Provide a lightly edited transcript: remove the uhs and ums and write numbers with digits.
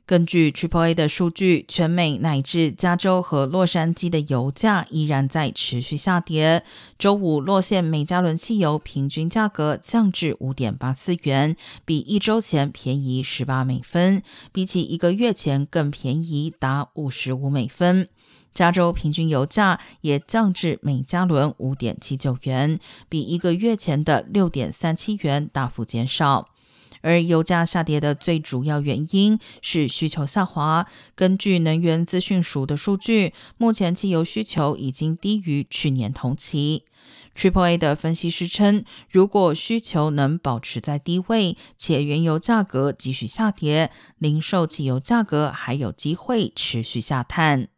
根据 AAA 的数据，全美乃至加州和洛杉矶的油价依然在持续下跌。周五洛县每加仑汽油平均价格降至 5.84 元，比一周前便宜18美分，比起一个月前更便宜达55美分。加州平均油价也降至每加仑 5.79 元，比一个月前的 6.37 元大幅减少。而油价下跌的最主要原因是需求下滑。根据能源资讯署的数据，目前汽油需求已经低于去年同期。AAA 的分析师称，如果需求能保持在低位，且原油价格继续下跌，零售汽油价格还有机会持续下探。